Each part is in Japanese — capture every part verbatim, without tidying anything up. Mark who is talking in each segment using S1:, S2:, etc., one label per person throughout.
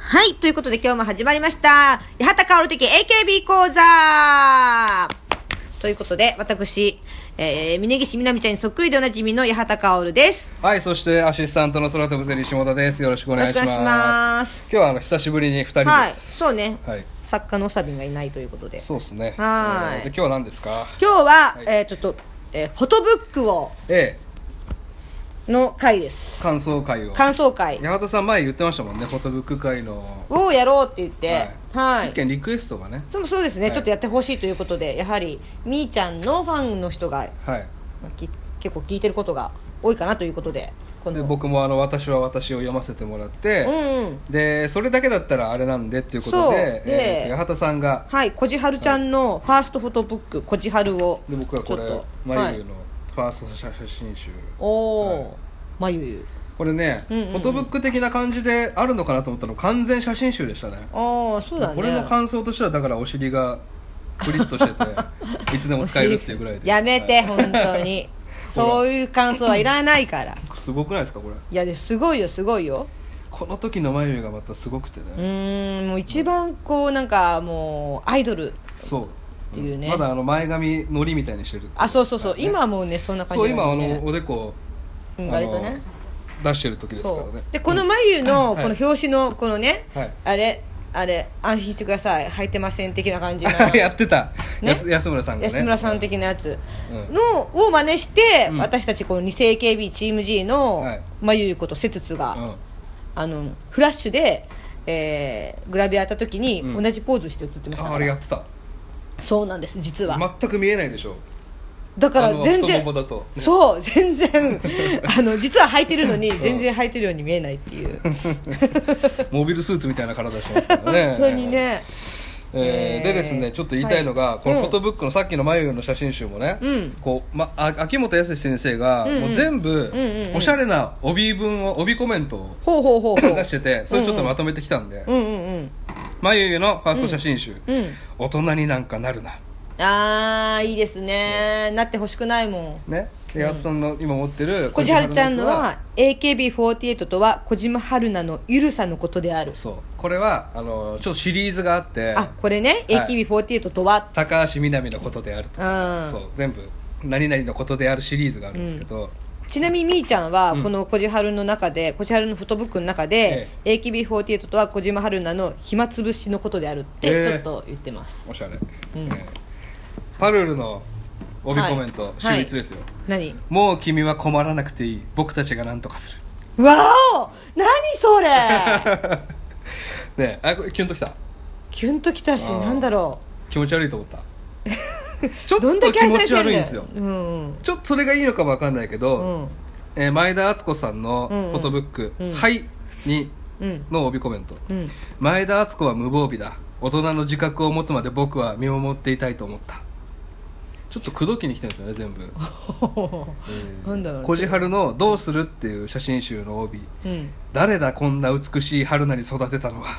S1: はい、ということで今日も始まりました八幡薫的 エーケービー 講座ということで、私、えー、峯岸みなみちゃんにそっくりでおなじみの八幡薫です。
S2: はい、そしてアシスタントの空飛ぶゼリー下田です。よろしくお願いします。
S1: よろしくお願いします。
S2: 今日はあの久しぶりにふたりです。
S1: はい、そうね、はい、作家のおさびんがいないということで。
S2: そうですね。
S1: はい、
S2: えー、で今日は何ですか？
S1: 今日は、
S2: はい、
S1: えー、ちょっと、えー、フォトブックを、
S2: ええ
S1: の会です。
S2: 感想会を
S1: 感想会
S2: 八幡さん前言ってましたもんね、フォトブック会の
S1: をやろうって言って、はい、はい、
S2: 一件リクエストがね、
S1: そうそうですね、はい、ちょっとやってほしいということで、やはりみーちゃんのファンの人が、はい、結構聞いてることが多いかなということで、この
S2: で僕もあの私は私を読ませてもらって、
S1: うんうん、で
S2: それだけだったらあれなんでっていうことで、えー、八幡さんが
S1: はいこじはるちゃんのファーストフォトブックこじはるを、
S2: で僕はこれまゆゆのファースト写真集、
S1: おお、まゆゆ
S2: これね、うんうんうん、フォトブック的な感じであるのかなと思ったの完全写真集でしたね。
S1: ああ、そうだね。
S2: これの感想としてはだからお尻がクリッとしてていつでも使えるっていうぐらいで
S1: やめて、はい、本当にそういう感想はいらないから
S2: すごくないですかこれ。
S1: いやですごいよすごいよ。
S2: この時の眉毛がまたすごくてね、
S1: うーん、もう一番こうなんかもうアイドルっていうね、
S2: うん、まだあの前髪のりみたいにしてる。
S1: あ、そうそうそう、ね、今はもうねそんな感じ、ね、
S2: そう今あのおでこ
S1: 割とね
S2: 出してる時ですからね。
S1: でこの眉のこの表紙のこのね、はい、あれあれ安心してください履いてません的な感じの
S2: やってた、ね、安, 安村さんがね、
S1: 安村さん的なやつの、うん、を真似して、うん、私たちこの偽 エーケービー チーム G の眉ことせつつが、うん、あのフラッシュで、えー、グラビアやった時に同じポーズして写ってましたから、
S2: うん、あ, あれやってた。
S1: そうなんです、実は
S2: 全く見えないでしょ。
S1: だから全然、
S2: だとね、
S1: そう全然あの実は履いてるのに全然履いてるように見えないっていう
S2: モビルスーツみたいな体してますからね
S1: 本当にね、
S2: えー、でですね、ちょっと言いたいのが、はい、このフォトブックのさっきの眉の写真集もね、うん、こうま、秋元康先生がもう全部おしゃれな帯文を帯コメントを出してて、それちょっとまとめてきたんで、眉のファースト写真集、うんうん、大人になんかなるな。
S1: あー、いいですね、なってほしくないもんね。
S2: で、八幡さんの今持ってる
S1: こじはるちゃんのは エーケービーフォーティーエイト とは小島春菜のゆるさのことである。
S2: そう、これはあのちょっとシリーズがあって、
S1: あ、これね、はい、エーケービーフォーティーエイト とは
S2: 高橋みなみのことであるとか、そう全部何々のことであるシリーズがあるんですけど、うん、
S1: ちなみにみーちゃんはこのこじはるの中で、うん、こじはるのフォトブックの中で、ええ、エーケービーフォーティーエイト とは小島春菜の暇つぶしのことであるってちょっと言ってます、
S2: えー、おしゃれ、うん、えー、パルルの帯コメント、はい、秀逸ですよ、
S1: はい、何？
S2: もう君は困らなくていい、僕たちが何とかす
S1: る。わお、何それ
S2: ねえ、あ、キュンときた
S1: キュンときたし、なんだろ
S2: う、気持ち悪いと思ったちょっと気持ち悪いんですよ、うん、ちょっとそれがいいのかも分かんないけど、うん、えー、前田敦子さんのフォトブック、うんうん、はいにの帯コメント、うん、前田敦子は無防備だ、大人の自覚を持つまで僕は見守っていたいと思った。ちょっと口説きに来てるんですよね全部なんだろう、こじはるのどうするっていう写真集の帯、うん、誰だこんな美しい春菜に育てたのは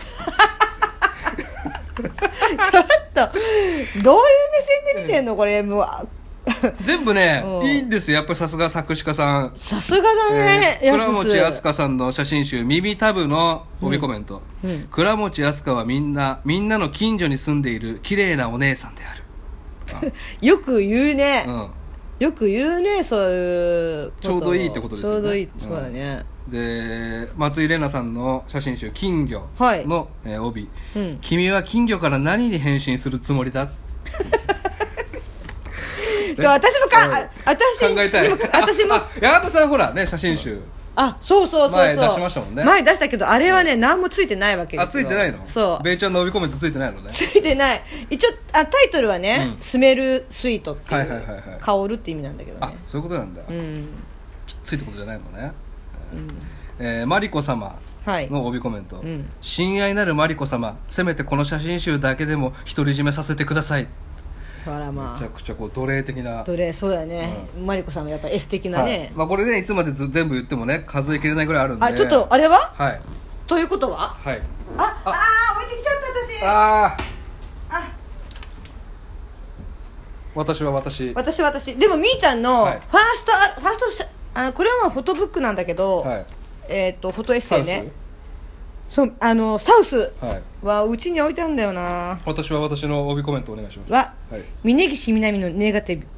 S1: ちょっとどういう目線で見てんのこれ。もう
S2: 全部ね、うん、いいんですよやっぱり。さすが作詞家さん、
S1: さすがだね、
S2: えー、倉持飛鳥さんの写真集耳タブの帯コメント、うんうん、倉持飛鳥はみんなみんなの近所に住んでいる綺麗なお姉さんである
S1: よく言うね、うん、よく言うね、そういう
S2: ちょうどいいってことですよね。
S1: ちょうどいい、そうだね、
S2: うん、で松井玲奈さんの写真集金魚の、はい、えー、帯、うん、君は金魚から何に変身するつもりだ
S1: 私もか、私
S2: 考えたい。
S1: 私も
S2: 八幡さんほらね、写真集
S1: あ、そうそうそうそう
S2: 前出しましたもんね。
S1: 前出したけどあれはね、うん、何もついてないわけですよ。
S2: あ、ついてないの？そう、ベイちゃんの帯コメントついてないのね。
S1: ついてない。一応あタイトルはね、うん、スメルスイートっていう、はいはいはいはい、香るって意味なんだけどね。
S2: あ、そういうことなんだ、うん、きついってことじゃないのね、うん、えー、マリコ様の帯コメント、はい、うん、親愛なるマリコ様、せめてこの写真集だけでも独り占めさせてください。
S1: あら、まあ、
S2: めちゃくちゃこう奴隷的な。
S1: 奴隷、そうだね、うん、マリコさんはやっぱエス的なね、はい、
S2: まあ、これねいつまでず全部言ってもね数えきれないぐらいあるんで。
S1: あ、ちょっとあれは、
S2: はい、
S1: ということは、
S2: はい、
S1: あああ、置いてきちゃった私。
S2: ああ、私は私
S1: 私は私でもみーちゃんのファースト、はい、ファーストあ、これはまあフォトブックなんだけど、はい、えっ、ー、とフォトエッセイね、 そうあのサウスはうちに置いてあるんだよな。
S2: 私は私の帯コメントお願いします。
S1: は、はい、峯岸みなみのネガティブ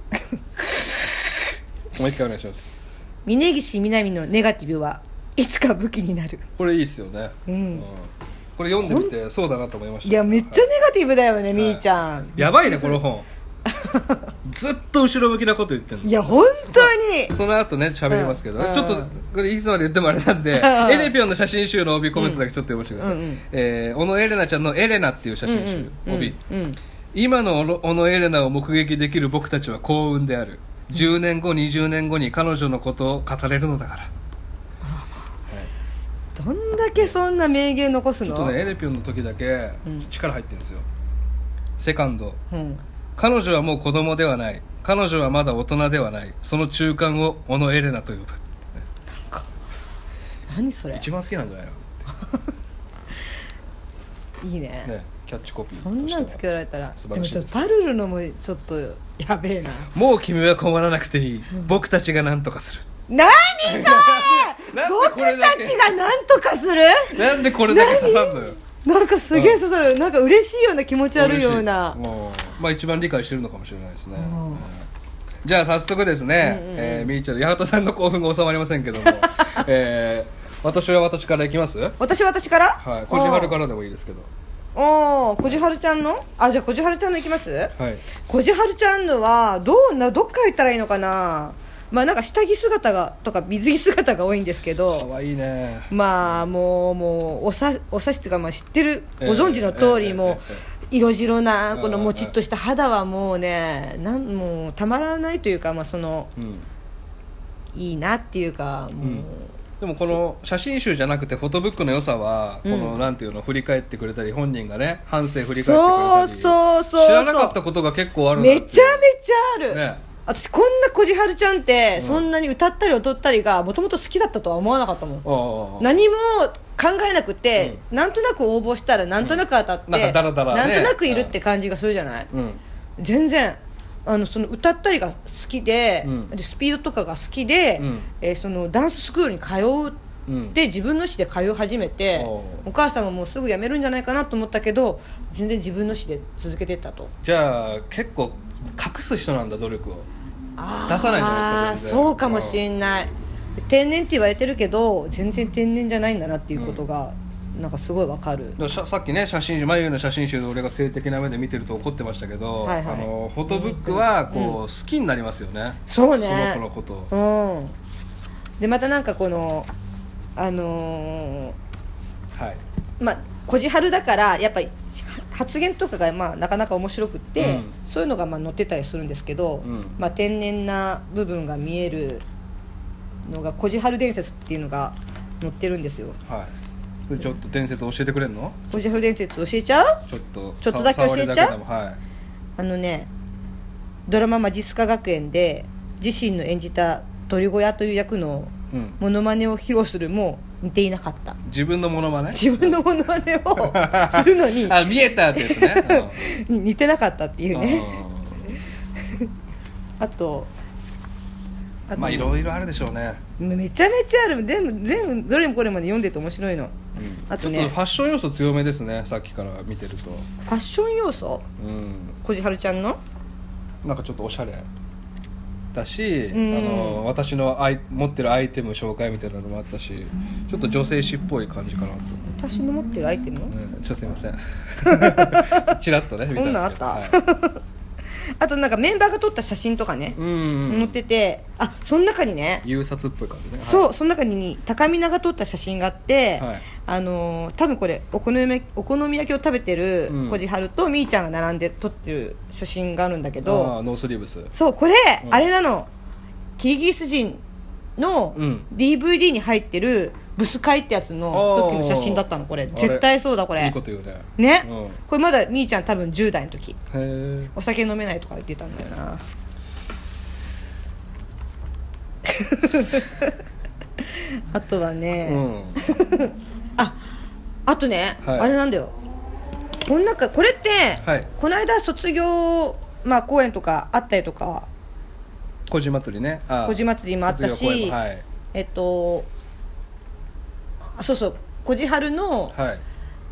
S2: もう一回お願いします。
S1: 峯岸みなみのネガティブはいつか武器になる。
S2: これいいっすよね、うんうん、これ読んでみてそうだなと思いました。
S1: いやめっちゃネガティブだよね、はい、みーちゃん
S2: やばいねこの本ずっと後ろ向きなこと言ってんの。
S1: いや本当に
S2: その後ね喋りますけど、うん、ちょっとこれいつまで言ってもあれなんで、うん、エレピョンの写真集の帯コメントだけちょっと読ませてください、うんうんえー、小野エレナちゃんのエレナっていう写真集、うんうん、帯、うんうん、今の小野エレナを目撃できる僕たちは幸運である。じゅうねんごにじゅうねんごに彼女のことを語れるのだから、
S1: どんだけそんな名言残すの。
S2: ちょっとねエレピョンの時だけ力入ってるんですよ、うん、セカンド、うん、彼女はもう子供ではない、彼女はまだ大人ではない、その中間を小野エレナと呼ぶ。なん
S1: か何それ
S2: 一番好きなんじゃないの
S1: いい ね,
S2: ねキャッチコピー
S1: そんなんつけられたら。でもちょっとパルルのもちょっとやべえな。
S2: もう君は困らなくていい、うん、僕たちが何とかする。
S1: 何それ僕たちが何とかする。
S2: なんでこれだけ刺さんのよ。
S1: なんかすげえ刺さる、うん、なんか嬉しいような気持ち悪いような。
S2: まあ一番理解してるのかもしれないですね、うん、じゃあ早速ですね、うんうんえー、みーちゃん八幡さんの興奮が収まりませんけども、えー、私は私からいきます。
S1: 私は私から
S2: はい、こじはるからでもいいですけど。
S1: おーこじはるちゃんのあじゃあこじはるちゃんのいきます。はいこじはるちゃんのはどうなどっから言ったらいいのかな。まあなんか下着姿がとか水着姿が多いんですけど、
S2: かわいいね。
S1: まあもうもうおさお察しというか、まあ知ってるご存知の通り、もう色白なこのもちっとした肌はもうねなんもうたまらないというか、まあその、うん、いいなっていうかもう、うん
S2: でもこの写真集じゃなくてフォトブックの良さはこのなんていうの振り返ってくれたり本人がね半生振り返ってくれたり
S1: そうそうそう
S2: 知らなかったことが結構あるん
S1: だってめちゃめちゃある、ね、私こんなこじはるちゃんってそんなに歌ったり踊ったりがもともと好きだったとは思わなかったもん、うん、何も考えなくて、うん、なんとなく応募したらなんとなく当たって、うん、なんかダラダラね、なんとなくいるって感じがするじゃない、うん、全然あのその歌ったりが好きで、うん、でスピードとかが好きで、うんえー、そのダンススクールに通うって、うん、自分の意思で通い始めて、お母さんももうすぐ辞めるんじゃないかなと思ったけど全然自分の意思で続けていったと。
S2: じゃあ結構隠す人なんだ努力を出さないじゃないですか。
S1: そうかもしれない。天然って言われてるけど全然天然じゃないんだなっていうことが、うん、なんかすごいわかる。
S2: さっきね写真集眉の写真集で俺が性的な目で見てると怒ってましたけど、はいはい、あのフォトブックはこう、うん、好きになりますよね。
S1: そうね
S2: その子のこと、
S1: うん、でまたなんかこのあのー、はいまあこじはるだからやっぱり発言とかがまあなかなか面白くって、うん、そういうのがまあ載ってたりするんですけど、うんまあ、天然な部分が見えるのがこじはる伝説っていうのが載ってるんですよ。
S2: はいちょっと伝説教えてくれんの？
S1: こじはる伝説教えちゃう？
S2: ちょっと
S1: ちょっとだけ教えちゃう？
S2: はい、
S1: あのねドラママジスカ学園で自身の演じた鳥小屋という役のモノマネを披露するも似ていなかった。
S2: 自分のモノマネ？
S1: 自分のモノマネをするのに
S2: あ見えたってですね、
S1: うん、似てなかったっていうねあと
S2: あとまあいろいろあるでしょうね。
S1: めちゃめちゃある。全部全部どれもこれまで読んでて面白いの、うん、
S2: あとねちょっとファッション要素強めですね。さっきから見てると
S1: ファッション要素、うん、こじはるちゃんの
S2: なんかちょっとおしゃれだし、うん、あの私のアイ持ってるアイテム紹介みたいなのもあったし、ちょっと女性誌っぽい感じかなと。
S1: 私の持ってるアイテム、ね、
S2: ちょっとすいませんチラッとね見たんですけど。そんなあった、はい
S1: あとなんかメンバーが撮った写真とかね、うんうん、載ってて、あその中にね
S2: 優撮っぽい感じね、
S1: そう、
S2: はい、
S1: その中に高見菜が撮った写真があって、はい、あのー、多分これお好みお好み焼きを食べてるこじはるとみーちゃんが並んで撮ってる写真があるんだけど、
S2: あノースリーブス、
S1: そうこれ、うん、あれなのキリギリス人の ディーブイディー に入ってるブス会ってやつの時の写真だったの。これ絶対そうだこれ。
S2: いいこと言うね。
S1: ね、うん、これまだみーちゃん多分じゅう代の時。へお酒飲めないとか言ってたんだよなあとはね、うん、ああとね、はい、あれなんだよ。こん中これって、はい、この間卒業、まあ、公演とかあったりとか
S2: こじ祭りね。
S1: こじ祭りもあったし、はい、えっとそうそうこじはるの、はい、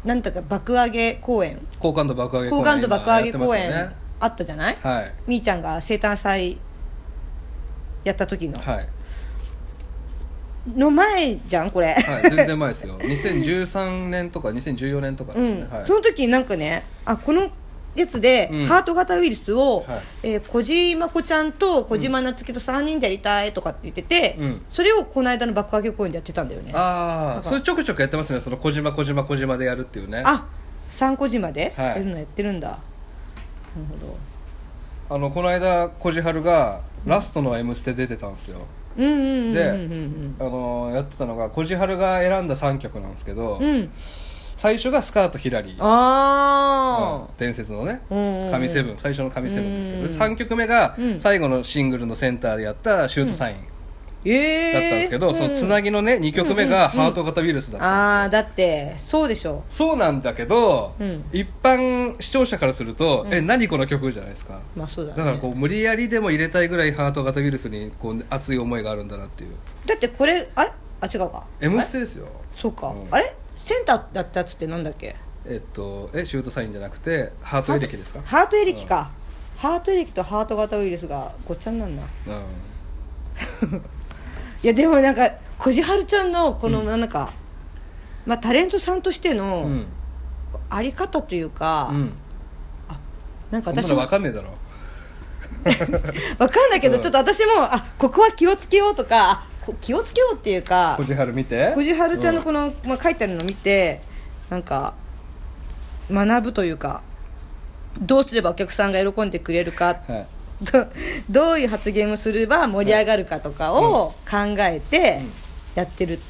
S1: なんとか爆上げ公演
S2: 好感度爆上げ公演
S1: 好感度爆上げ公演、ね、あったじゃない、
S2: はい、
S1: みーちゃんが生誕祭やった時の、
S2: はい
S1: の前じゃんこれ、
S2: はい、全然前ですよにせんじゅうさんねんとかにせんじゅうよねんとかですね、
S1: うん
S2: はい、
S1: その時なんかねあこのやつで、うん、ハート型ウイルスを、はいえー、小島子ちゃんと小島夏希とさんにんでやりたいとかって言ってて、うん、それをこの間の爆上げ公演でやってたんだよね。
S2: ああそれちょくちょくやってますねその小島小島小島でやるっていうね
S1: あさん小島でやるのやってるんだ、はい、なるほ
S2: どあのこの間こじはるがラストの M ステ出てたんですよ、
S1: うんうんうんうんうん、
S2: で、あのー、やってたのがこじはるが選んださんきょくなんですけど、うん最初がスカートヒラリー
S1: あ、
S2: うん、伝説のね神セブン最初の神セブンですけどでさんきょくめが最後のシングルのセンターでやったシュートサイン、うんえー、だったんですけど、そのつなぎのねにきょくめがハート型ウイルスだったんですよ、うんうんうん、
S1: ああだってそうでしょ
S2: そうなんだけど、うん、一般視聴者からすると、うん、え何この曲じゃないですか、
S1: まあそうだね、
S2: だからこう無理やりでも入れたいぐらいハート型ウイルスにこう熱い思いがあるんだなっていう
S1: だってこれあれあ違うか
S2: M ステですよ
S1: そうか、
S2: うん、
S1: あれセンターだったやつってなんだっけ
S2: えっとえシュートサインじゃなくてハートエレキですか
S1: ハートエレキか、うん、ハートエレキとハート型ウイルスがごっちゃになるな、うん、いやでもなんかこじはるちゃんのこのなんか、うんまあ、タレントさんとしてのあり方というか、うん、
S2: あなんか私もそんなの分かんねえだろ
S1: 分かんないけど、うん、ちょっと私もあここは気をつけようとか気をつけようっていうか
S2: こじはる見て
S1: こじはるちゃんのこの、うんまあ、書いてあるのを見てなんか学ぶというかどうすればお客さんが喜んでくれるか、はい、ど, どういう発言をすれば盛り上がるかとかを考えてやってるって、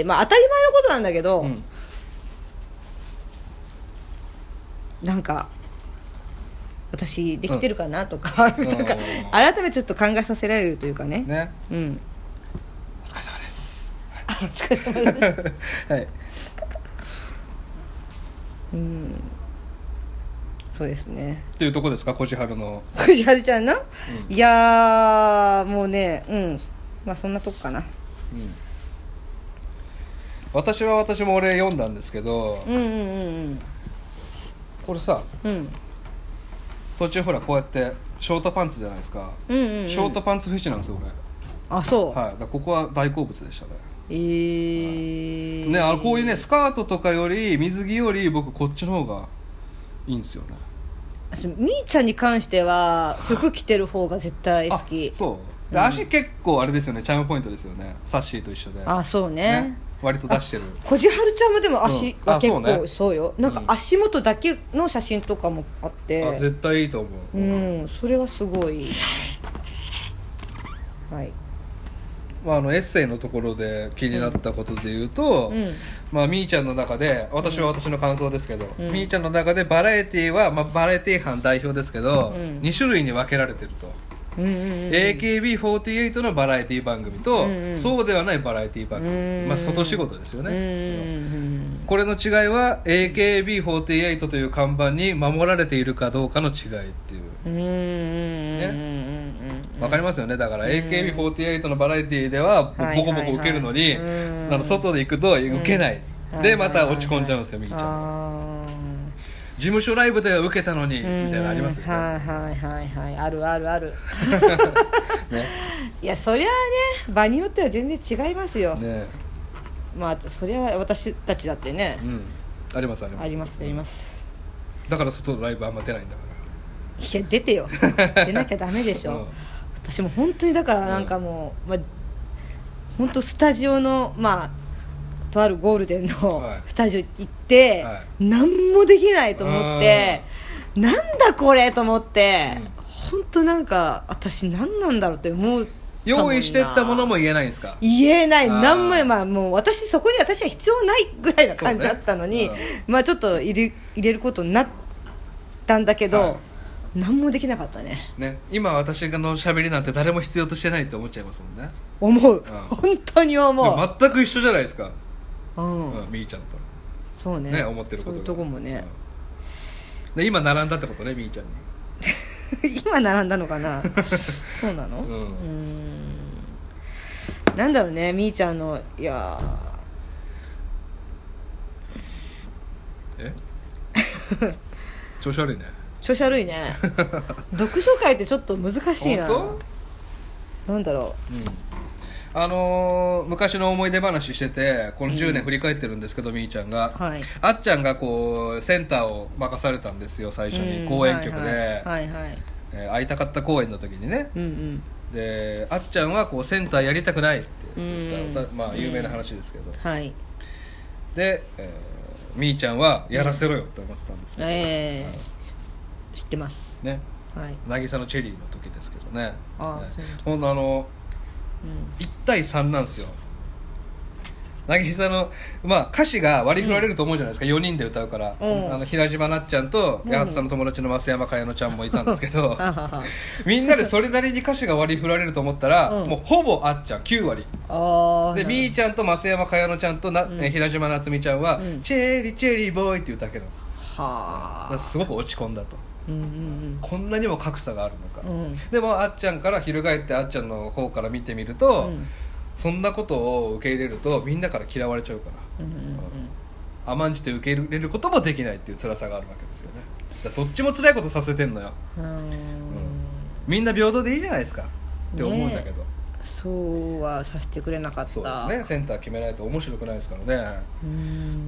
S1: まあ、当たり前のことなんだけど、うん、なんか私できてるかなとか、うん、なんか改めてちょっと考えさせられるというかね、
S2: ね、
S1: うん、
S2: お疲れ様です
S1: お疲れ様です
S2: はい
S1: うんそうですね
S2: っていうとこですかこじはるの
S1: こじはるちゃんの、うん、いやもうねうんまあそんなとこかな、うん、
S2: 私は私も俺読んだんですけど、
S1: うんうんうんうん、
S2: これさ、
S1: うん、
S2: 途中ほらこうやってショートパンツじゃないですか、
S1: うんうんうん、
S2: ショートパンツフェチなんですよ俺
S1: あそう、
S2: はい、だからここは大好物でしたね
S1: えー
S2: はいね、あのこういうねスカートとかより水着より僕こっちの方がいいんですよね
S1: みーちゃんに関しては服着てる方が絶対好き
S2: そうで、うん、足結構あれですよねチャームポイントですよねサッシーと一緒で
S1: あそうね、
S2: ね割と出してる
S1: こじはるちゃんもでも足は結構、うんそうね、そうよなんか足元だけの写真とかもあって、
S2: うん、あ絶対いいと思う
S1: うんそれはすごいはい
S2: まあ、あのエッセイのところで気になったことで言うと、うんまあ、みーちゃんの中で私は私の感想ですけど、うん、みーちゃんの中でバラエティは、まあ、バラエティ班代表ですけど、うん、に種類に分けられてると、うんうんうん、エーケービーフォーティーエイト のバラエティ番組と、うんうん、そうではないバラエティ番組、うんうんまあ、外仕事ですよね、うんうん、これの違いは エーケービーフォーティーエイト という看板に守られているかどうかの違いっていう、
S1: うんうんね
S2: わかりますよねだから エーケービーフォーティーエイト のバラエティではボコボコ受けるのに、はいはいはい、あの外で行くと受けない、うん、でまた落ち込んじゃうんですよみーちゃんは事務所ライブでは受けたのにみたいなのありますよね
S1: はいはいはいはいあるあるある、ね、いやそりゃあね場によっては全然違いますよ、ね、まあそりゃ私たちだってね、
S2: うん、ありますあります
S1: ありますあります
S2: だから外のライブあんま出ないんだから
S1: いや出てよ出なきゃダメでしょ、うん私も本当にだからなんかもう、うんまあ、本当スタジオのまあとあるゴールデンのスタジオ行って、はい、何もできないと思ってなんだこれと思って、うん、本当なんか私何なんだろうって思う
S2: 用意してったものも言えないんですか
S1: 言えない何も、まあ、もう私そこに私は必要ないぐらいな感じだったのに、ねうん、まあちょっと入れ、入れることになったんだけど、はい何もできなかったね。
S2: ね、今私の喋りなんて誰も必要としてないって思っちゃいますもんね。
S1: 思う、うん、本当に思う。
S2: 全く一緒じゃないですか。
S1: うん、
S2: うん、みーちゃんと。
S1: そうね。
S2: ね思ってることが。
S1: そういうとこもね。
S2: うん、で今並んだってことねみーちゃん
S1: に。今並んだのかな。そうなの？うん。うーんなんだろうねみーちゃんのいや
S2: え調子悪いね。
S1: 調子悪いね読書会ってちょっと難しいな。
S2: 本
S1: 当なんだろ
S2: う、うん、あのー、昔の思い出話しててこのじゅうねん振り返ってるんですけど、うん、みーちゃんが、はい、あっちゃんがこうセンターを任されたんですよ最初に、うん、公演曲で、はいはいはいえー、会いたかった公演の時にね、うんうん、であっちゃんはこうセンターやりたくないって言った、うん、まあ有名な話ですけど、うんはい、で、えー、みーちゃんはやらせろよって思ってたんですけど、うんえーはい、
S1: 知ってます
S2: ね、はい、渚のチェリーの時ですけどね。
S1: ああ、ね、
S2: ほんのあの、うん、いち対さんなんですよ。渚の、まあ、歌詞が割り振られると思うじゃないですか、うん、よにんで歌うから、うん、あの平島なっちゃんと八幡さんの友達の増山かやのちゃんもいたんですけど、うん、みんなでそれなりに歌詞が割り振られると思ったら、うん、もうほぼあっちゃんきゅう割あでみーちゃんと増山かやのちゃんとな、うん、平島なつみちゃんは、うん、チェリーチェリーボーイっていうだけなんです。はあ、すごく落ち込んだと、うんうんうん、こんなにも格差があるのか、うん、でもあっちゃんから翻ってあっちゃんの方から見てみると、うんそんなことを受け入れるとみんなから嫌われちゃうから、うんうんうん、甘んじて受け入れることもできないっていう辛さがあるわけですよね。だどっちも辛いことさせてんのよ、うんうん、みんな平等でいいじゃないですかって思うんだけど、ね、
S1: そうはさせてくれなかった。
S2: そうですね、センター決めないと面白くないですからね。うん、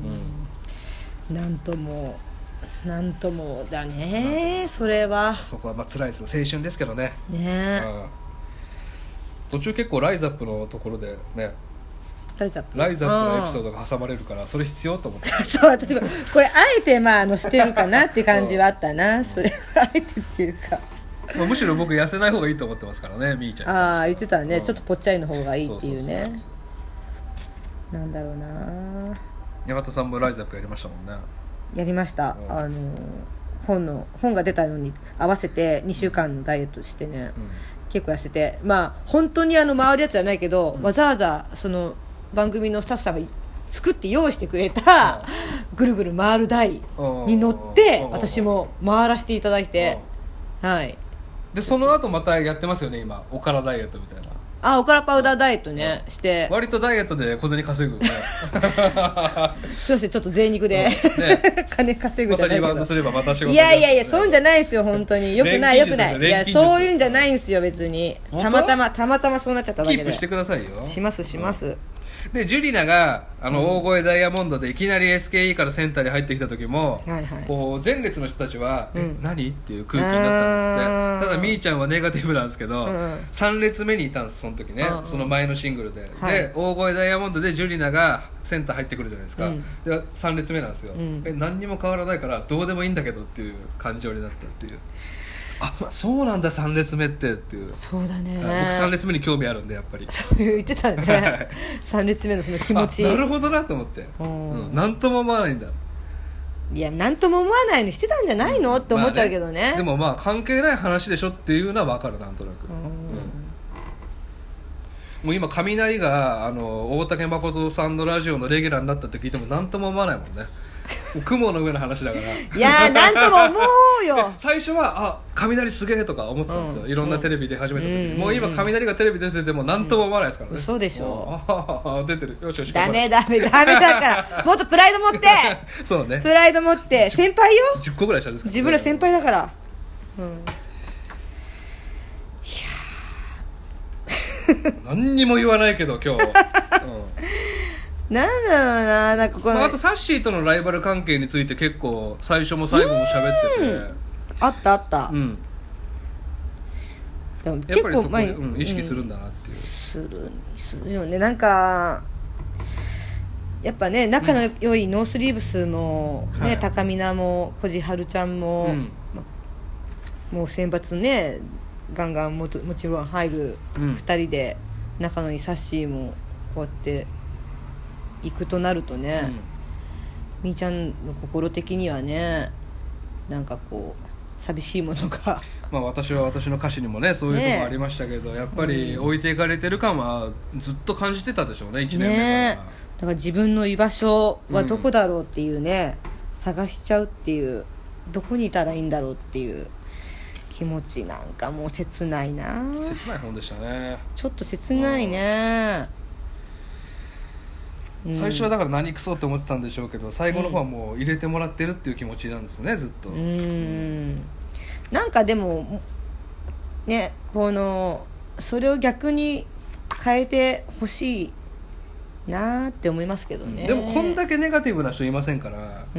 S1: うん、なんともなんともだね。それは
S2: そこはまあ辛いですよ。青春ですけどね。
S1: ね、
S2: うん途中結構ライザップのところでね
S1: ライザップ
S2: ライザップのエピソードが挟まれるからそれ必要と思って
S1: そう私もこれあえてまあ載せてるかなって感じはあったなそれはあえてっていうか、
S2: まあ、むしろ僕痩せない方がいいと思ってますからねみーちゃん。
S1: ああ言ってたね、うん、ちょっとぽっちゃりの方がいいっていうね。なんだろうな。
S2: 八幡さんもライザップやりましたもんね。
S1: やりました、うん、あの本の本が出たのに合わせてにしゅうかんのダイエットしてね、うん結構痩せて、まあ本当にあの回るやつじゃないけど、うん、わざわざその番組のスタッフさんが作って用意してくれた、うん、ぐるぐる回る台に乗って私も回らせていただいて、はい
S2: でその後またやってますよね今おからダイエットみたいな。
S1: あおからパウダーダイエットね、うん、して
S2: 割とダイエットで小銭稼ぐね
S1: すいませんちょっと贅肉で、うんね、金稼ぐじゃないけどまたリバウンドすればまた仕事、ね、いやいやいやそうじゃないですよ本当によくないよくないいやそういうんじゃないんですよ別にたまたまたまたまそうなっちゃっただけで
S2: キープしてくださいよ。
S1: しますします、うん
S2: でジュリナがあの、うん、大声ダイヤモンドでいきなり エスケーイー からセンターに入ってきた時も、はいはい、こう前列の人たちは、うん、え何っていう空気になったんですって。ただみーちゃんはネガティブなんですけど、うん、さん列目にいたんですその時ね、うん、その前のシングルで、はい、で大声ダイヤモンドでジュリナがセンター入ってくるじゃないですか、うん、でさん列目なんですよ、うん、え何にも変わらないからどうでもいいんだけどっていう感情になったっていう。あそうなんださん列目ってっていう。
S1: そうだね
S2: 僕さん列目に興味あるんでやっぱり
S1: そう言ってたねさん列目のその気持ち
S2: なるほどなと思って、うん、なんとも思わないんだ。
S1: いやなんとも思わないのしてたんじゃないの、うん、って思っちゃうけど ね,、まあ、ね
S2: でもまあ関係ない話でしょっていうのは分かるなんとなく、うんうん、もう今雷があの大竹誠さんのラジオのレギュラーになったって聞いてもなんとも思わないもんね雲の上の話だから
S1: いやーなんとも思うよ
S2: 最初はあ雷すげえとか思ってたんですよ、うん、いろんなテレビで始めた時に、うん、もう今雷がテレビ出ててもなんとも思わないですからね、うん、
S1: 嘘でしょ
S2: あ出てるよしよし
S1: ダメダメダメだからもっとプライド持って
S2: そうね
S1: プライド持って先輩よ
S2: じゅっこぐらい下ですから、ね、
S1: 自分ら先輩だから、うん、
S2: いや何にも言わないけど今日、うん
S1: なんだろうな、なんかこの、
S2: まあ、あとサッシーとのライバル関係について結構最初も最後も喋ってて
S1: あったあった、うん、
S2: でも結構やっぱりそこで、うん、意識するんだなっていう、うん、
S1: するするよね。なんかやっぱね仲の良いノースリーブスも、ねはい、高見菜も小路春ちゃんも、うんま、もう選抜ねガンガンも, もちろん入るふたりで、うん、仲のいいサッシーもこうやって行くとなるとね、うん、みーちゃんの心的にはねなんかこう寂しいものが
S2: まあ私は私の歌詞にもねそういうところありましたけど、ね、やっぱり置いていかれてる感はずっと感じてたでしょうねいちねんめから、ね、
S1: だから自分の居場所はどこだろうっていうね、うん、探しちゃうっていうどこにいたらいいんだろうっていう気持ちなんかもう切ないな。
S2: 切ない本でしたね。
S1: ちょっと切ないね、
S2: 最初はだから何クソって思ってたんでしょうけど、最後の方はもう入れてもらってるっていう気持ちなんですね、ずっと。
S1: うん、なんかでもね、このそれを逆に変えてほしいなって思いますけどね。
S2: でもこんだけネガティブな人いませんから、
S1: うん、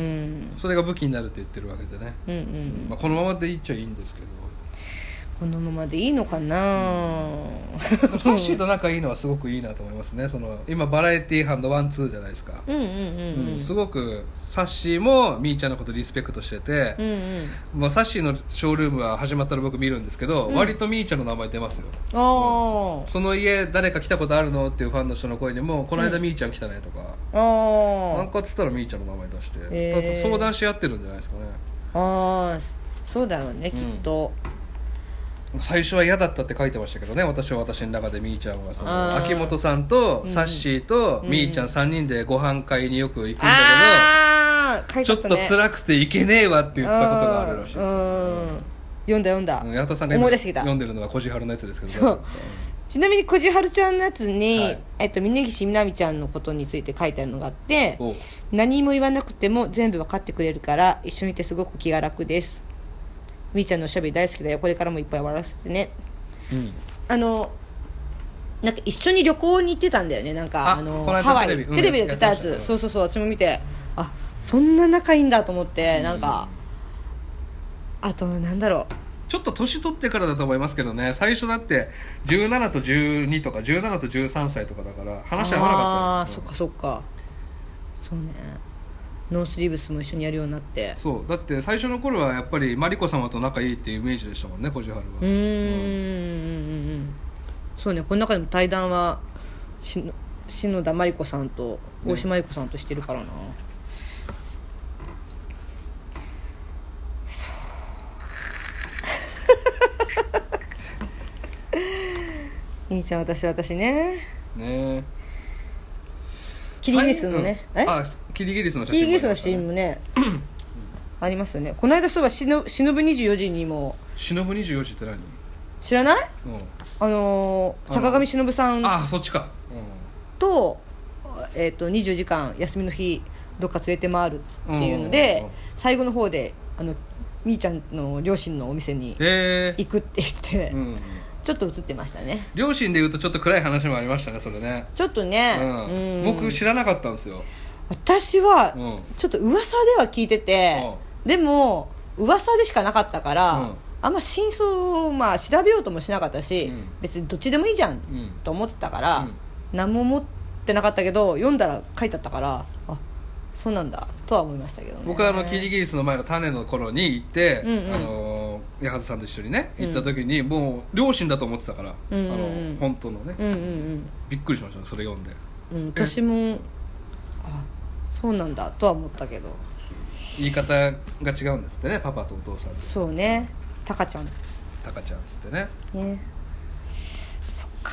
S2: それが武器になるって言ってるわけでね、うんうん、まあ、このままでいっちゃいいんですけど、
S1: このままでいいのかな、
S2: うん、サッシーと仲いいのはすごくいいなと思いますね。その今バラエティー班のワンツーじゃないですか、うんうんうんうん、すごくサッシーもみーちゃんのことリスペクトしてて、うんうん、まあ、サッシーのショールームは始まったら僕見るんですけど、うん、割とみーちゃんの名前出ますよ、うん、その家誰か来たことあるのっていうファンの人の声にもこの間みーちゃん来たねとか、うん、なんかっつったらみーちゃんの名前出して、えー、だって相談し合ってるんじゃないですかね。
S1: ああ、そうだろうね、きっと、
S2: うん、最初は嫌だったって書いてましたけどね、私は私の中でみーちゃんはその秋元さんとサッシーとみーちゃんさんにんでご飯会によく行くんだけど、あ、ね、ちょっと辛くて行けねえわって言ったことがあるらしいです、うん、
S1: 読んだ読んだ、
S2: うん、八幡さんが今読んでるのはこじはるのやつですけど、
S1: そう、ちなみにこじはるちゃんのやつに、はい、えっと、峯岸みなみちゃんのことについて書いてあるのがあって、何も言わなくても全部分かってくれるから一緒にいてすごく気が楽です、みーちゃんのおしゃべり大好きだよ、これからもいっぱい笑わせてね、うん、あのなんか一緒に旅行に行ってたんだよね、なんかあのハワイテレビ、うん、テレビで出たやつ、そうそうそう、私も見て、あ、そんな仲いいんだと思って、うん、なんかあとなんだろう、
S2: ちょっと年取ってからだと思いますけどね、最初だってじゅうななとじゅうにとかじゅうななとじゅうさんさいとかだから話合わなかった。
S1: ああ、そっかそっか、そうね、ノースリーブスも一緒にやるようになって、
S2: そうだって最初の頃はやっぱりマリコ様と仲いいっていうイメージでしたもんね、こじはるは。
S1: うーん、うん、そうね、この中でも対談はし篠田マリコさんと大島優子さんとしてるからな、ね、みーちゃん、私私ねね、キリギリスのね、
S2: うん、あ、キリギリスの写
S1: 真も、ね、キリギリスの写真もねありますよね。この間そういえばしのしのぶにじゅうよじにも、
S2: しのぶにじゅうよじって何
S1: 知らない？うん、あのー、坂上忍さん、
S2: ああ、そっちか、うん、
S1: と、えー、とにじゅうじかん休みの日どっか連れて回るっていうので、うん、最後の方であのみーちゃんの両親のお店に行くって言って、うん、ちょっと映ってましたね。
S2: 両親でいうとちょっと暗い話もありましたね、それね。
S1: ちょっとね、
S2: うんうん、僕知らなかったんですよ。
S1: 私はちょっと噂では聞いてて、うん、でも噂でしかなかったから、うん、あんま真相をまあ調べようともしなかったし、うん、別にどっちでもいいじゃんと思ってたから、うん、何も思ってなかったけど読んだら書いてあったから、あ、そうなんだとは思いましたけどね。
S2: 僕はあのキリギリスの前の種の頃に行って、うんうん、あの八幡さんと一緒にね行った時に、うん、もう両親だと思ってたから、うんうんうん、あの本当のね、うんうんうん、びっくりしましたね、それ読んで、
S1: うん、私もあ、そうなんだとは思ったけど、
S2: 言い方が違うんですってね、パパとお父さんで。
S1: そうね、タカちゃん
S2: タカちゃんっつってね。
S1: ね、そっか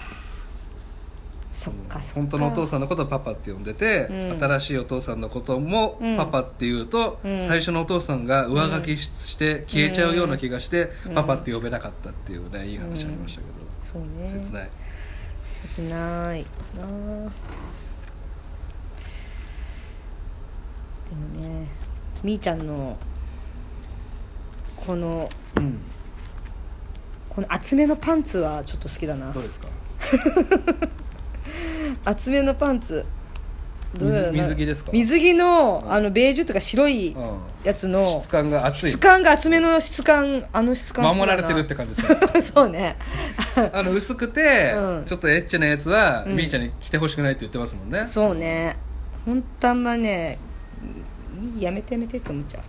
S1: そっかそっか。
S2: 本当のお父さんのことはパパって呼んでて、うん、新しいお父さんのこともパパっていうと、うん、最初のお父さんが上書きして消えちゃうような気がして、うん、パパって呼べなかったっていうね、いい話ありましたけど、うん、そうね、切ない
S1: 切ないな。でもね、みーちゃんのこの、うん、この厚めのパンツはちょっと好きだな。
S2: どうですか
S1: 厚めのパンツ、
S2: どうだろうな、水着ですか？
S1: 水着の、うん、あのベージュとか白いやつの、
S2: うん、質感が厚い、
S1: 質感が厚めの質感、あの質感
S2: 守られてるって感じですね
S1: そうね
S2: あの薄くて、うん、ちょっとエッチなやつは、うん、みーちゃんに着てほしくないって言ってますもんね。
S1: そうね、本当あんまね、やめてやめてって思っちゃう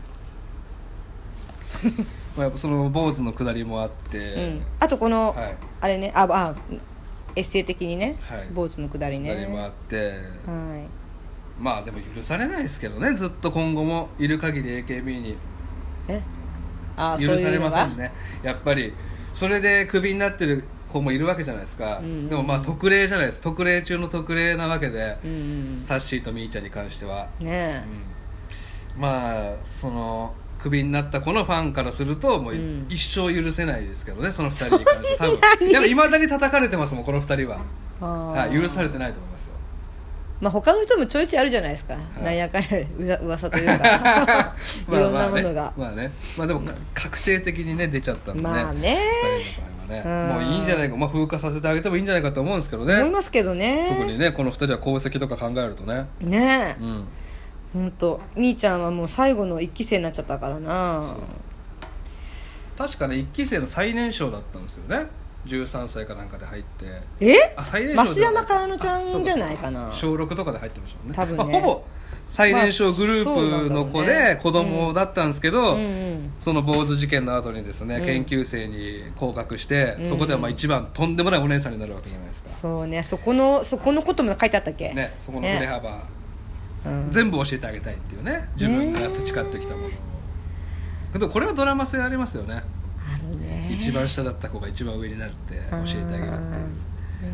S2: まあやっぱその坊主のくだりもあって、うん、
S1: あとこの、はい、あれね、ああエッセイ的にね、はい、坊主のくだりね、
S2: くだりもあって、はい、まあでも許されないですけどね、ずっと今後もいる限り エーケービー に
S1: えあ
S2: 許されませんね。やっぱりそれでクビになってる子もいるわけじゃないですか、うんうんうん、でもまあ特例じゃないです、特例中の特例なわけで、うんうん、サッシーとミーちゃんに関してはね、うん、まあそのクビになった子のファンからするともう、うん、一生許せないですけどね、そのふたりに関して多分いまだに叩かれてますもん、このふたりは。あ、許されてないと思いますよ。
S1: まあ他の人もちょいちょいあるじゃないですか、はい、なんやかんやうわ噂というかいろんなものが
S2: まあね、まあでも確定的にね出ちゃったんでね、
S1: まあね
S2: ね、もういいんじゃないか、まあ、風化させてあげてもいいんじゃないかと思うんですけどね。
S1: 思いますけどね。
S2: 特にねこのふたりは功績とか考えるとね。
S1: ねえ、うん、ほんとみーちゃんはもう最後のいっき生になっちゃったからな。
S2: 確かねいっき生の最年少だったんですよね。じゅうさんさいかなんかで入って。
S1: え
S2: あ最年少
S1: 増山かなのちゃんじゃないかな。
S2: 小ろくとかで入ってましたもんね。
S1: 多分ね、
S2: まあ、ほぼ最年少グループの子で子供だったんですけど、うんうん、その坊主事件の後にですね、うん、研究生に降格して、うん、そこではまあ一番とんでもないお姉さんになるわけじゃないですか。
S1: そうね、そこのそこのことも書いてあったっけ
S2: ね、そこの振れ幅、ね、うん、全部教えてあげたいっていうね、自分が培ってきたものを、けどこれはドラマ性ありますよね。
S1: あるね。
S2: 一番下だった子が一番上になるって教えてあげるっていう、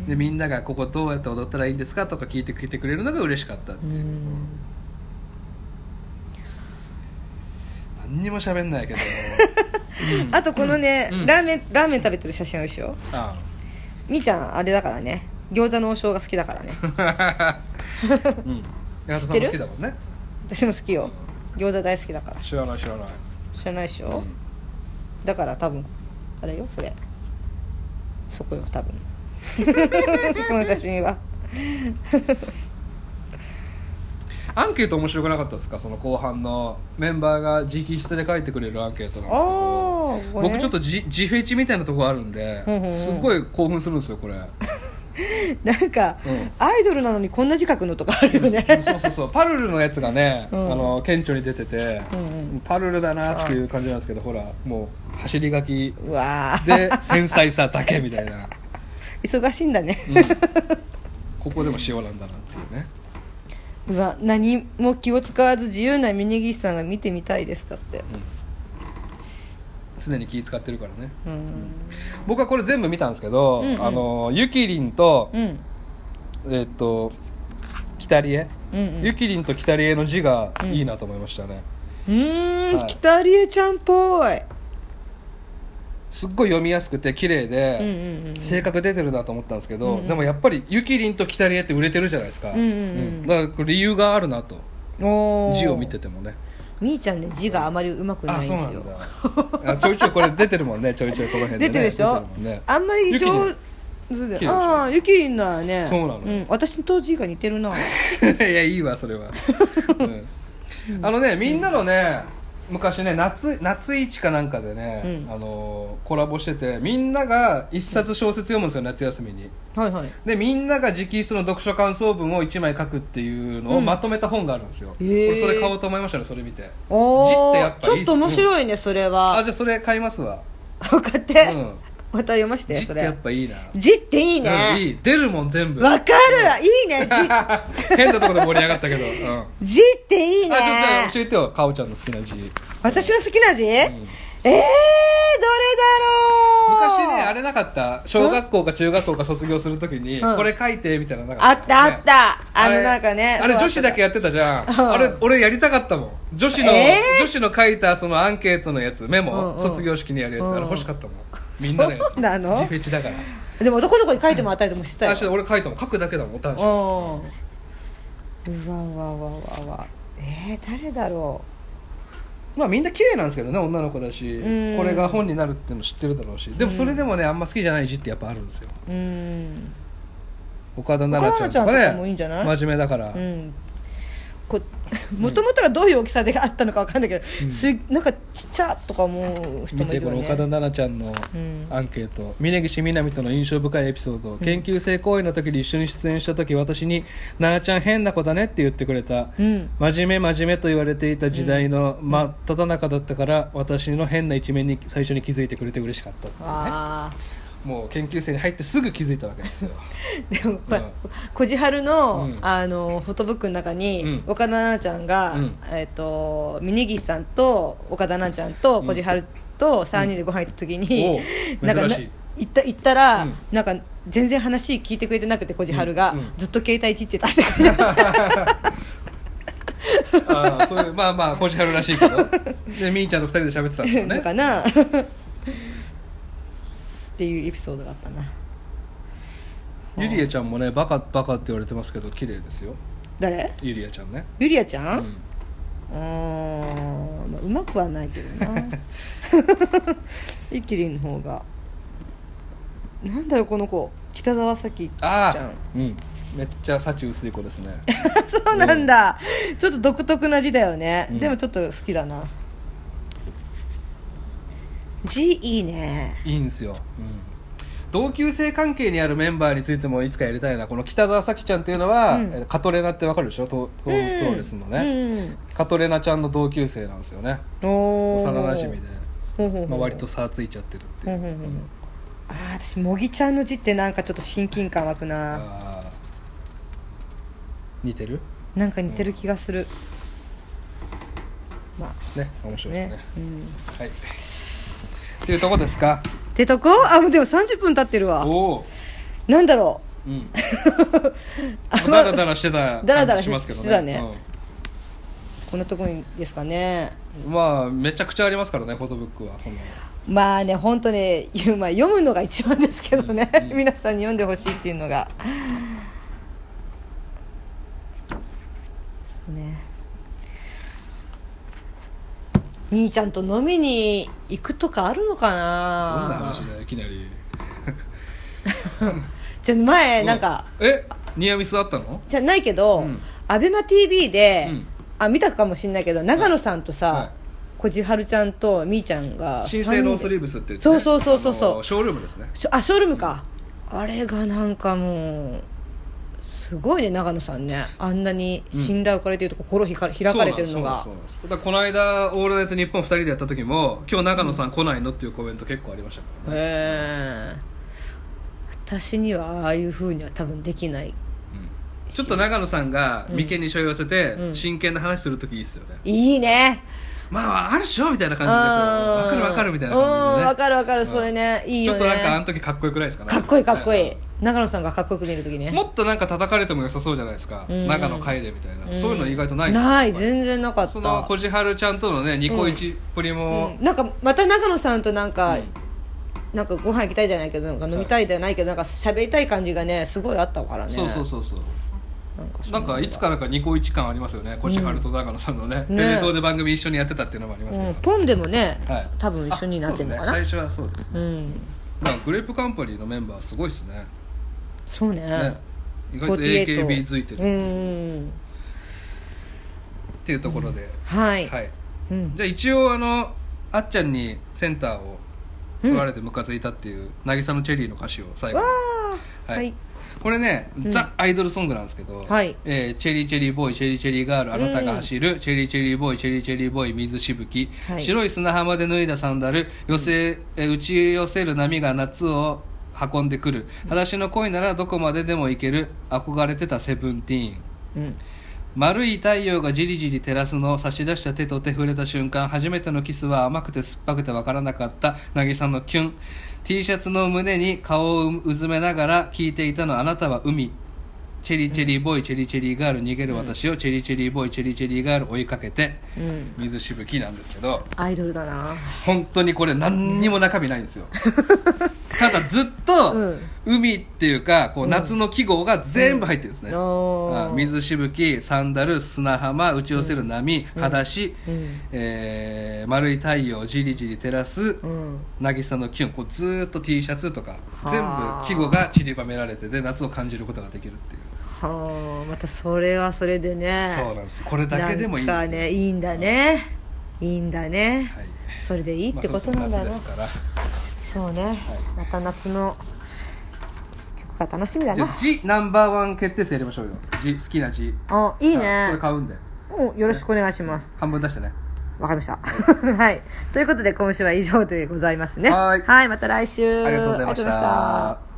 S2: でみんながここどうやって踊ったらいいんですかとか聞いてきてくれるのが嬉しかったっていう、うん、何にも喋んないけど
S1: うん、あとこのね、うん、ラーメンラーメン食べてる写真あるでしょ。ああ、みーちゃんあれだからね、餃子の王将が好きだからね
S2: うん、八幡さんも好きだもんね。
S1: 私も好きよ、餃子大好きだから。
S2: 知らない知らない
S1: 知らないでしょ、うん、だから多分あれよこれ、そこよ多分この写真は
S2: アンケート面白くなかったですか？その後半のメンバーが直筆で書いてくれるアンケートなんですけど、僕ちょっとジフェチみたいなところあるんで、うんうんうん、すっごい興奮するんですよこれ
S1: なんか、うん、アイドルなのにこんな字書くのとかあるよね、
S2: うん、そうそうそう、パルルのやつがね、うん、あの顕著に出てて、うんうん、パルルだなっていう感じなんですけど、ほらもう走り書きで繊細さだけみたいな
S1: 忙しいんだね、うん、
S2: ここでも塩なんだなっていうね。
S1: うわ、何も気を使わず自由な峯岸さんが見てみたいですだって、うん、
S2: 常に気使ってるからね、うん、僕はこれ全部見たんですけど、うんうん、あのゆきりんと、うん、えー、っときたりえ、うんうん、ゆきりんときたりえの字がいいなと思いましたね。
S1: うん、うーん、はい、きたりえちゃんっぽい。
S2: すっごい読みやすくて綺麗で、うんうんうん、性格出てるなと思ったんですけど、うんうん、でもやっぱりゆきりんときたりえって売れてるじゃないですか、うんうんうん、だからこれ理由があるなと、字を見ててもね。
S1: みーちゃんね、字があまりうまくないんですよ。
S2: あ、そうなんだ。あ、ちょいちょいこれ出てるもんね、ちょいちょいこの辺で、ね、
S1: 出てるでしょ、ね、あんまり上手で。ああ、ゆきりんのはね、
S2: そうなの、
S1: うん、私と字が似てるな。い
S2: や、いいわそれは、うん、あのね、みんなのね、昔ね、夏夏市かなんかでね、うん、あのコラボしてて、みんなが一冊小説読むんですよ、うん、夏休みに、はいはい、でみんなが直筆の読書感想文をいちまい書くっていうのをまとめた本があるんですよ、うん、俺それ買おうと思いましたね、それ見て。
S1: お字ってやっぱいいっす、ちょっと面白いね、うん、それは。
S2: あ、じゃあそれ買いますわ。
S1: 分かって、うん、また読まして。
S2: 字ってやっぱいいな。
S1: 字っていいね、
S2: うん、いい、出るもん全部。
S1: 分かる、うん、いいね、
S2: 字変なところで盛り上がったけど、うん、
S1: 字っていいね。
S2: あ、ちょっと教えてよ、かおちゃんの好きな字。
S1: 私の好きな字、うん、えー、どれだろ
S2: う。昔ね、あれなかった、小学校か中学校か卒業するときに、うん、これ書いてみたいなのなかった、ね、
S1: あったあった、あのなんかね、
S2: あれ女子だけやってたじゃん、うん、あれ俺やりたかったもん、女子の、えー、女子の書いたそのアンケートのやつ、メモ、うんうん、卒業式にやるやつ、うん、あれ欲しかったもん、みんなのやつ。
S1: そうなの？
S2: ジフェチだから。
S1: でも男の子に書いてもらったりともしてたよ。
S2: あ、俺書いたもん、書くだけだもん、お短所。
S1: うわうわうわうわ、えー、誰だろう。
S2: まあみんな綺麗なんですけどね、女の子だし、これが本になるっていうの知ってるだろうし、でもそれでもね、あんま好きじゃない字ってやっぱあるんですよ。うん、岡田奈々ちゃんとかね、
S1: もいいんじゃない？
S2: 真面目だから、うん、
S1: もともとがどういう大きさであったのか分かんないけど、うん、すなんかちっちゃとか思う人もいるよね。見て、この岡田奈々ちゃんのアンケート、峯岸みなみとの印象深いエピソード、うん、研究生講演の時に一緒に出演した時、私に奈々ちゃん変な子だねって言ってくれた、うん、真面目真面目と言われていた時代の真っ只中だったから、私の変な一面に最初に気づいてくれて嬉しかったっていうね。あ、もう研究生に入ってすぐ気づいたわけですよ。 でもこれ、うん、こじはるの、うん、あのフォトブックの中に、うん、岡田奈々ちゃんが、うん、えー、と峯岸さんと岡田奈々ちゃんとこじはるとさんにんでご飯行った時に、うん、なんかな行った行ったら、うん、なんか全然話聞いてくれてなくて、こじはるが、うんうん、ずっと携帯いじってたって感じだった
S2: あ、そういう、まあまあこじはるらしいけどでみーちゃんとふたりで喋ってたんだよね。
S1: のかなっていうエピソードがあったな。
S2: ゆりえちゃんもね、バカバカって言われてますけど綺麗ですよ。
S1: 誰？
S2: ゆりあちゃんね。
S1: ゆりあちゃん、
S2: うん
S1: あー、まあ、うまくはないけどなイキリンの方がなんだろうこの子北沢咲ちゃん、
S2: うん、めっちゃ幸薄い子ですね
S1: そうなんだ、うん、ちょっと独特な字だよね、うん、でもちょっと好きだな。字いいね。
S2: いいんですよ、うん、同級生関係にあるメンバーについてもいつかやりたいな。この北沢咲ちゃんっていうのは、うん、カトレナってわかるでしょ、トーレスのね、うん、カトレナちゃんの同級生なんですよね。幼なじみで、ほうほうほう、まあ、割と差ついちゃってるっていう、ほうほうほう、
S1: ああ、私もぎちゃんの字ってなんかちょっと親近感湧くな。あ、
S2: 似てる？
S1: なんか似てる気がする、
S2: うん、まあね、面白いですね、うん、はいっていうとこですか。
S1: ってとこ？あ、もうでもさんじゅっぷん経ってるわ。おお、なんだろう、うん、
S2: だらだらしてた感じしますけどね。だらだらしてたね、
S1: うん、こんなとこにですかね。
S2: まあめちゃくちゃありますからね、フォトブックは。その
S1: まあね、本当ね、まあ、読むのが一番ですけどね、うんうん、皆さんに読んでほしいっていうのがね。兄ちゃんと飲みに行くとかあるのかな。
S2: どんな話だよいきなり
S1: じゃあ前なんか、
S2: うん、えニアミスあったの
S1: じゃないけど、うん、アベマ ティーブイ で、うん、あ見たかもしれないけど、長野さんとさ、はいはい、こじはるちゃんとみーちゃんが
S2: 新生ノースリーブスって言って、
S1: ね、そうそうそうそうそう、
S2: ショールームですね。
S1: あ、ショールームか、うん、あれがなんかもうすごいね、長野さんね、あんなに信頼を置かれていると心開かれてるのが。
S2: そうなんです、そうなんです。だからこの間オールナイトニッポンふたりでやった時も、今日長野さん来ないのっていうコメント結構ありましたからね。へえ、
S1: 私にはああいう風には多分できない、うん、
S2: ちょっと長野さんが眉間にしょい寄せて真剣な話する時いいですよね、
S1: うん、いいね。
S2: まああるでしょみたいな感じで、こう分かる分かるみたいな感じでね、
S1: 分かる分かる、それね、いいよね。
S2: ちょっとなんかあの時かっこよくないですかね。
S1: かっこいいかっこいい、はい、長野さんがかっこよく見える時ね。
S2: もっとなんか叩かれても良さそうじゃないですか、長野帰れみたいな、うん、そういうの意外とないですよ。
S1: ない、全然なかった。
S2: そのこじはるちゃんとのねニコイチプリも、
S1: うんうん、なんかまた長野さんとなんか、うん、なんかご飯行きたいじゃないけど、なんか飲みたいじゃないけど、はい、なんか喋りたい感じがねすごいあったからね。
S2: そうそうそうそう、なんか, なんかいつからかニコイチ感ありますよね、こじはると長野さんのね、うん、テレ東で番組一緒にやってたっていうのもありますけど、うん、
S1: ポンでもね、はい、多分一緒になってるのかな、
S2: ね、最初はそうですね、うん、なんかグレープカンパニーのメンバーすごいですね。
S1: そう ね, ね
S2: 意外と エーケービー 付いてるっていう、うん、っていうところで、うん、
S1: はい、
S2: はい、うん、じゃあ一応あのあっちゃんにセンターを取られてムカついたっていう、うん、渚のチェリーの歌詞を最後に、はい、はい、これね、うん、ザ・アイドルソングなんですけど、はい、えー、チェリーチェリーボーイチェリーチェリーガールあなたが走る、うん、チェリーチェリーボーイチェリーチェリーボーイ水しぶき、はい、白い砂浜で脱いだサンダル寄せ、えー、打ち寄せる波が夏を運んでくる、裸足の恋ならどこまででも行ける憧れてたセブンティーン、うん、丸い太陽がじりじり照らすのを差し出した手と手触れた瞬間、初めてのキスは甘くて酸っぱくてわからなかった渚のキュン、 T シャツの胸に顔をうずめながら聞いていたのあなたは海、チェリーチェリーボーイチェリーチェリーガール逃げる私を、うん、チェリーチェリーボーイチェリーチェリーガール追いかけて、うん、水しぶきなんですけど、
S1: アイドルだな
S2: 本当にこれ何にも中身ないんですよただずっと、うん、海っていうかこう夏の季語が全部入ってるんですね、うん、水しぶき、サンダル、砂浜、打ち寄せる波、うん、裸足、うん、えー、丸い太陽じりじり照らす、うん、渚のキュン、こうずっと T シャツとか全部季語が散りばめられてて夏を感じることができるっていう。
S1: はあ、またそれはそれでね、
S2: そうなんです、これだけでもいいんですよ。
S1: なんかね、いいんだね、いいんだね、はい、それでいいってことなんだろう、まあ、そうそう、夏ですから。そうね、はい、また夏の曲が楽しみだな。
S2: Gナンバーワン決定戦やりましょうよ。G 好きな G。
S1: あ、いいね。
S2: それ買うんで。
S1: お、よろしくお願いします。
S2: 半分出してね。
S1: わかりました。はい。ということで今週は以上でございますね。はい。はい、また来週。
S2: ありがとうございました。